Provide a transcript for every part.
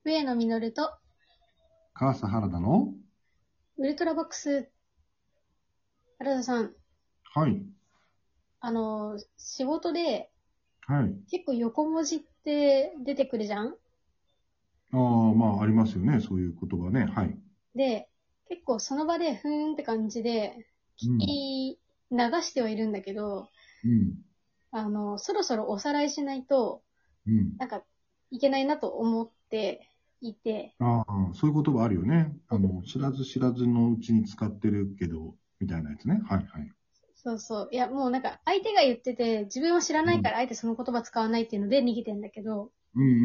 上野実と川佐原田のウルトラボックス。原田さん、 はい。 仕事ではい。 結構横文字って出てくるじゃん。 ああ、まあ、ありますよね。そういう言葉ね。はい。 で、結構その場でふーんって感じで聞うん。 き流してはいるんだけど、 うん。 そろそろおさらいしないと、 うん。 なんかいけないなと思っていて、 ああ、そういう言葉あるよね。知らず知らずのうちに使ってるけど、みたいなやつね。はい、はい。 そうそう。いや、もうなんか相手が言ってて、自分は知らうん。 ないからあえてその言葉使わないっていうので逃げてんだけど、 うん、うん、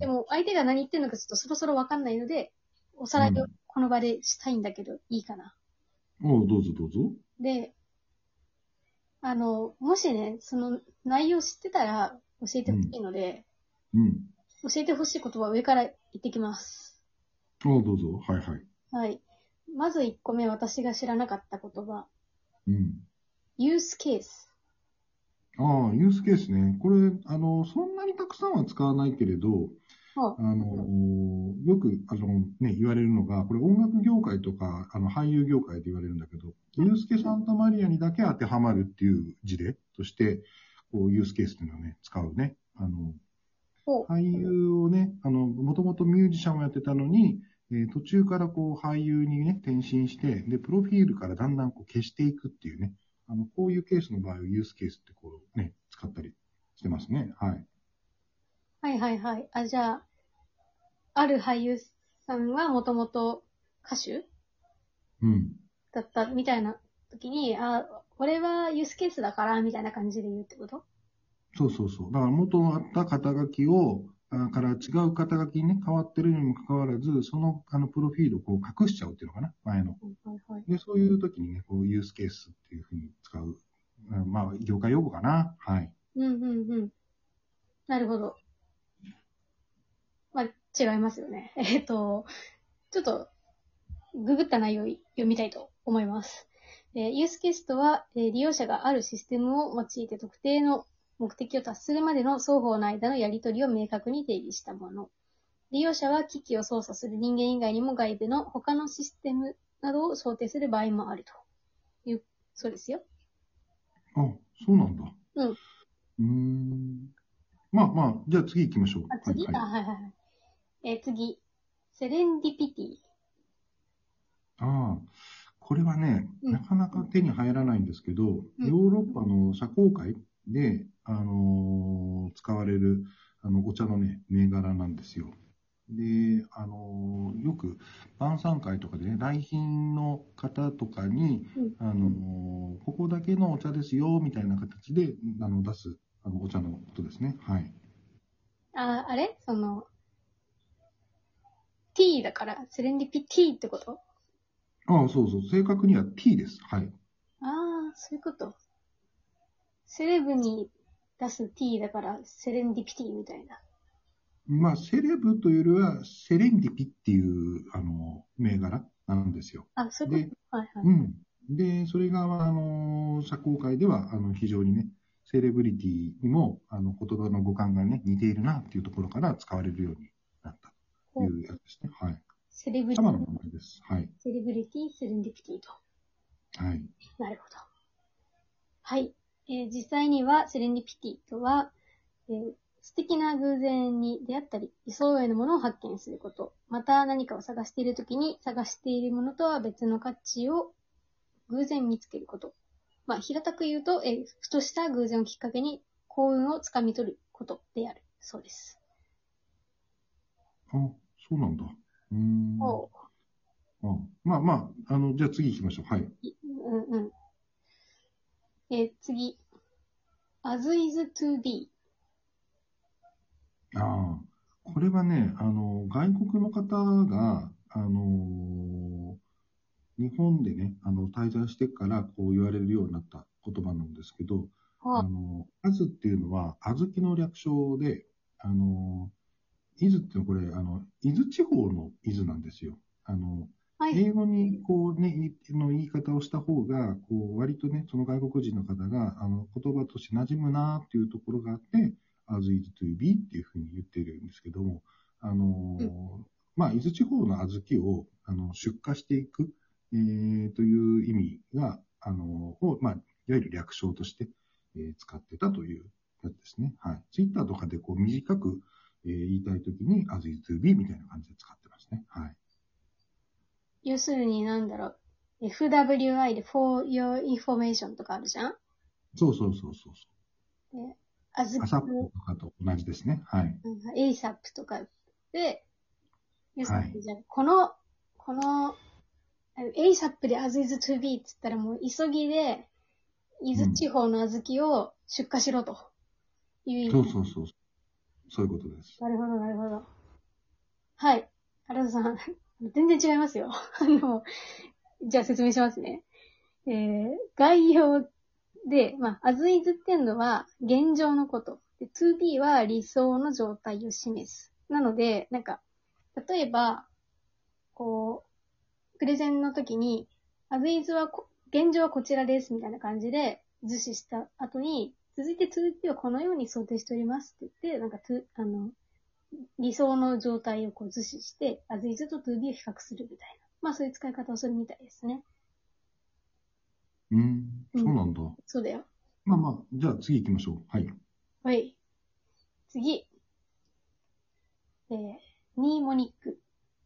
でも相手が何言ってるのかちょっとそろそろわかんないので、おさうん。 らいをうん。 この場でしたいんだけど、いいかな。 おう、どうぞどうぞ。 で、もしね、その内容知ってたら教えてほしうん。 いので、 うん。 教えてほしい言葉は上から言ってきます。 おう、どうぞ。はい、はい。 はい。まず1個目、私が知らなかった言葉。 うん。 ユースケース。 ああ、ユースケースね。これ、そんなにたくさんは使わないけれど、 あ、 よく、言われるのが、これ音楽業界とか、俳優業界で言われるんだけど、 うん。 ユースケ・サンタマリアにだけ当てはまるっていう事例として、こう、ユースケースっていうのはね、使うね。 お、 俳優をね、もともとミュージシャンをやってたのに、途中からこう、俳優にね、転身して、で、プロフィールからだんだんこう消していくっていうね、こういうケースの場合はユースケースってこう、ね、使ったりしてますね。はい。 はいはいはい。あ、じゃあ、ある俳優さんはもともと歌手うん。 だったみたいな時に、あ、これはユースケースだから、みたいな感じで言うってこと？ そうそうそう。だから元のあった肩書きを、から違う肩書きにね、変わってるにもかかわらず、その、プロフィールをこう隠しちゃうっていうのかな、前の。 はいはいはい。 で、そういう時にね、こうユースケースっていうふうに使う。まあ、業界用語かな。はい。 うんうんうん。なるほど。まあ、違いますよね。ちょっと、ググった内容を読みたいと思います。ユースケースとは、利用者があるシステムを用いて特定の目的を達するまでの双方の間のやり取りを明確に定義したもの。利用者は機器を操作する人間以外にも外部の他のシステムなどを想定する場合もあるという、そうですよ。 あ、そうなんだ。 うん。 うーん。まあまあ、じゃあ次行きましょう。 あ、 はい、 次あ、 はい。 はいはいはい。次。セレンディピティ。 ああ、これはね、 うん。 なかなか手に入らないんですけど、 うん。 ヨーロッパの社交界で、使われる、お茶のね、銘柄なんですよ。で、よく晩餐会とかでね、来賓の方とかに、 うん。 ここだけのお茶ですよ、みたいな形で、出す、お茶のことですね。はい。 あ、あれティーだから、セレンディピティってこと？ ああ、そうそう。正確には T です。はい。 ああ、そういうこと。セレブに出すティーだから、セレンディピティみたいな。 まあ、セレブというよりは、セレンディピっていう、銘柄なんですよ。 あ、そういうこと。 で、 はいはい。 うん。で、それが、社交界では、非常にね、セレブリティにも、言葉の語感がね、似ているなっていうところから使われるようになったというやつですね。はい。 セレブリ、 茶葉の名前です。はい。 セレブリティ、セレンディピティと。 はい。 なるほど。はい。実際には、セレンディピティとは、素敵な偶然に出会ったり、理想へのものを発見すること。また何かを探しているときに、探しているものとは別の価値を偶然見つけること。まあ、平たく言うと、ふとした偶然をきっかけに幸運をつかみ取ることである。そうです。 あ、そうなんだ。うーん。 おう。 あ、まあまあ、じゃあ次行きましょう。はい。 うんうん。次。as is to be。 ああ、これはね、外国の方が、日本でね、滞在してからこう言われるようになった言葉なんですけど、 はアズっていうのは、小豆の略称で、あの、伊豆っていうのはこれ、伊豆地方の伊豆なんですよ。 はい。 英語にこうね、言い方をした方が、こう、割とね、その外国人の方が、言葉として馴染むなっていうところがあって、as is to be っていうふうに言っているんですけども、 伊豆地方の小豆を、出荷していく、という意味が、いわゆる略称として、使ってたというやつですね。はい。ツイッターとかでこう短く、言いたいときに as is to be みたいな感じで使ってますね。はい。 要するになんだろう。FWI で for your information とかあるじゃん。 そうそうそうそう。 で、あずアサップとかと同じですね。はい。 ASAP とかで、要するに、 はい。 じゃあこの、ASAP で as is to be って言ったらもう急ぎで、伊豆地方の小豆を出荷しろという意味。 そうそうそう。そういうことです。 なるほど、なるほど。はい。原田さん、全然違いますよ。じゃあ説明しますね。概要で、as is っていうのは現状のこと。で、to be は理想の状態を示す。なので、例えば、プレゼンの時に、as is は現状はこちらですみたいな感じで図示した後に、続いて to be はこのように想定しておりますって言って、理想の状態を図示して、as is と to be を比較するみたいな。そういう使い方をするみたいですね。 そうなんだ。 そうだよ。 じゃあ次行きましょう。はい。 はい。次。ニーモニック。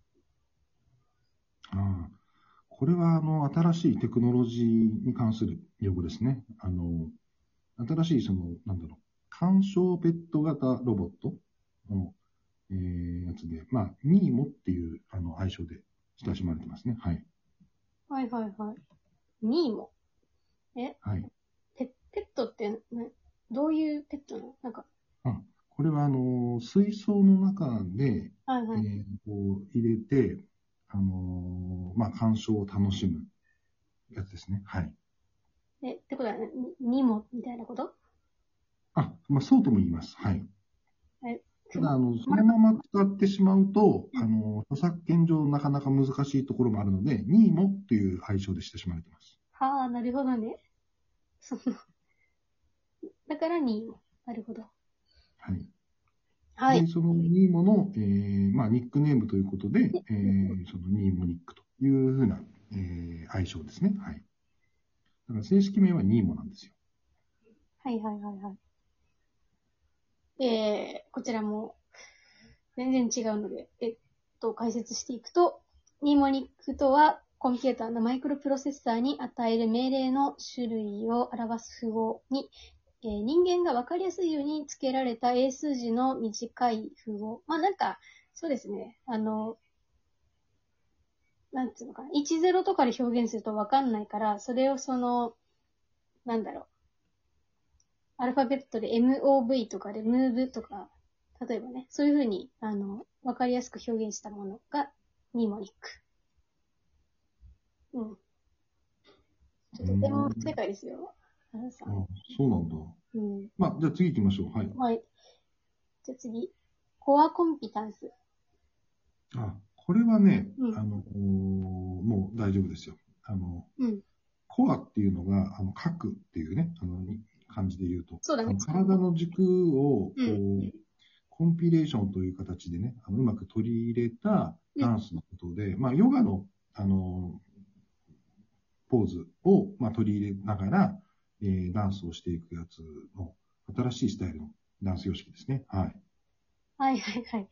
これは、新しいテクノロジーに関する用語ですね。新しい、干渉ベッド型ロボットの、やつで、ニーモっていう、愛称で親しまれてますね。はい。 はいはいはい。ニーモ。 はい。 ペットって、どういうペットなのこれは、水槽の中で、 はいはい。 こう入れて、鑑賞を楽しむやつですね。はい。 ってことは、ニモみたいなこと？ そうとも言います。はい。 え、 ただ、そのまま使ってしまうと、著作権上なかなか難しいところもあるので、ニーモっていう愛称で親しまれています。 はあ、なるほどね。だからニーモ。なるほど。 はい。 はい。 で、そのニーモの、ニックネームということで、そのニーモニックというふうな、愛称ですね。はい。だから正式名はニーモなんですよ。 はいはいはいはい。こちらも全然違うので、解説していくと、ニーモニックとは、コンピューターのマイクロプロセッサーに与える命令の種類を表す符号に、人間が分かりやすいように付けられた英数字の短い符号。そうですね。なんていうのかな。10とかで表現すると分かんないから、それをアルファベットで MOV とかで move とか、例えばね、そういうふうに、分かりやすく表現したものが、ニーモニック。とても不正解ですよ。 そうなんだ。じゃあ次行きましょう。はい。 はい。じゃあ次。コアコンピタンス。 これはね、もう大丈夫ですよ。コアっていうのが、書くっていうね、感じで言うと。 そうだね。 体の軸を、コンピレーションという形でね、うまく取り入れたダンスのことで、ヨガの、ポーズを、取り入れながら、ダンスをしていくやつの新しいスタイルのダンス様式ですね。はい。 はいはいはい。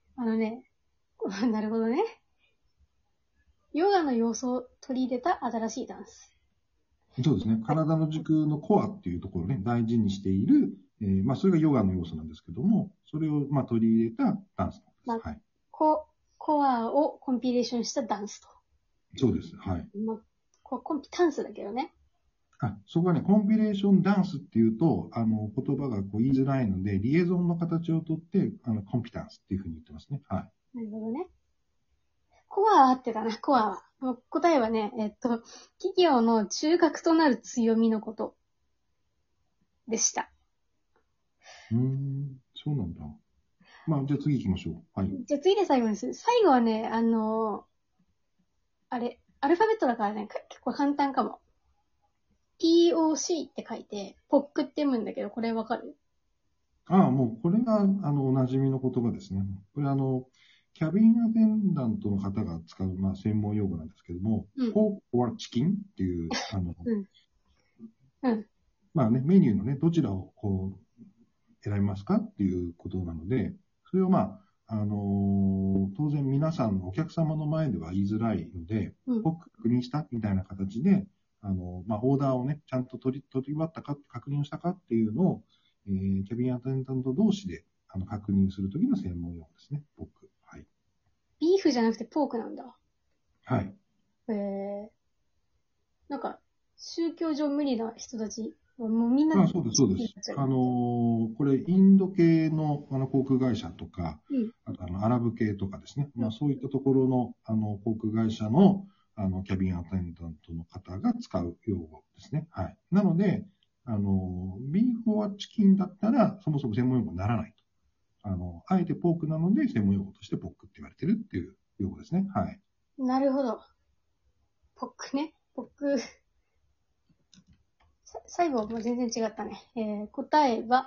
なるほどね。ヨガの要素を取り入れた新しいダンス。 そうですね。体の軸のコアっていうところをね、大事にしている、それがヨガの要素なんですけども、それを取り入れたダンスなんです。はい。 コアをコンピレーションしたダンスと。 そうです。はい。 コンピタンスだけどね。 そこはね、コンピレーションダンスっていうと、言葉が言いづらいので、リエゾンの形をとって、コンピタンスっていうふうに言ってますね。はい。 なるほどね。コアは合ってたな、コアは。もう答えはね、企業の中核となる強みのことでした。 そうなんだ。じゃあ次行きましょう。はい。 じゃあ次で最後にする。最後はね、アルファベットだからね、結構簡単かも。POC って書いて、ポックって読むんだけど、これわかる？ ああ、もうこれが、お馴染みの言葉ですね。これキャビンアテンダントの方が使う、まあ、専門用語なんですけども、 うん。 ポークはチキンっていう、 うん。うん。 まあね、メニューのね、どちらをこう、選びますかっていうことなので、それをまあ、当然皆さん、お客様の前では言いづらいので、 うん。 ポーク確認したみたいな形で、まあ、オーダーをね、ちゃんと取り終わったか、確認したかっていうのを、キャビンアテンダント同士で確認するときの専門用語ですね、ポーク。はい。 ビーフじゃなくてポークなんだ。 はい。 なんか、宗教上無理な人たち、もうみんな、 あ、そうです、そうです。これ、インド系の、航空会社とか、 うん。 あと、アラブ系とかですね。まあ、 うん。 そういったところの、航空会社の、キャビンアテンダントの方が使う用語ですね。はい。なので、ビーフはチキンだったら、そもそも専門用語にならないと。あえてポークなので、専門用語としてポークって言われてるっていう用語ですね。はい。 なるほど。ポックね。ポック。最後はもう全然違ったね。答えは、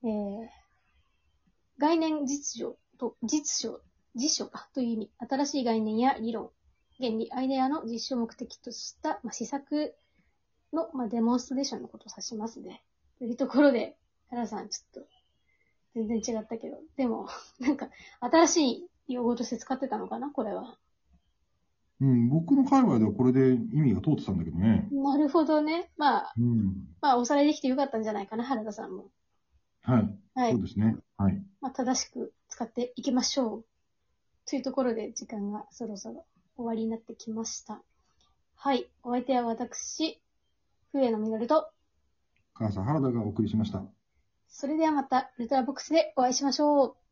概念実証と、実証かという意味。新しい概念や理論、原理、アイデアの実証を目的とした、施策の、デモンストレーションのことを指しますね。というところで、原さん、ちょっと、全然違ったけど、でも、なんか、新しい用語として使ってたのかなこれは。 うん、僕の界隈ではこれで意味が通ってたんだけどね。 なるほどね。 うん。 おさらいできてよかったんじゃないかな、原田さんも。 はい。 はい。 そうですね。はい。 正しく使っていきましょう。というところで、時間がそろそろ終わりになってきました。はい。お相手は私、笛野実と、 母さん原田がお送りしました。 それではまた、ウルトラボックスでお会いしましょう。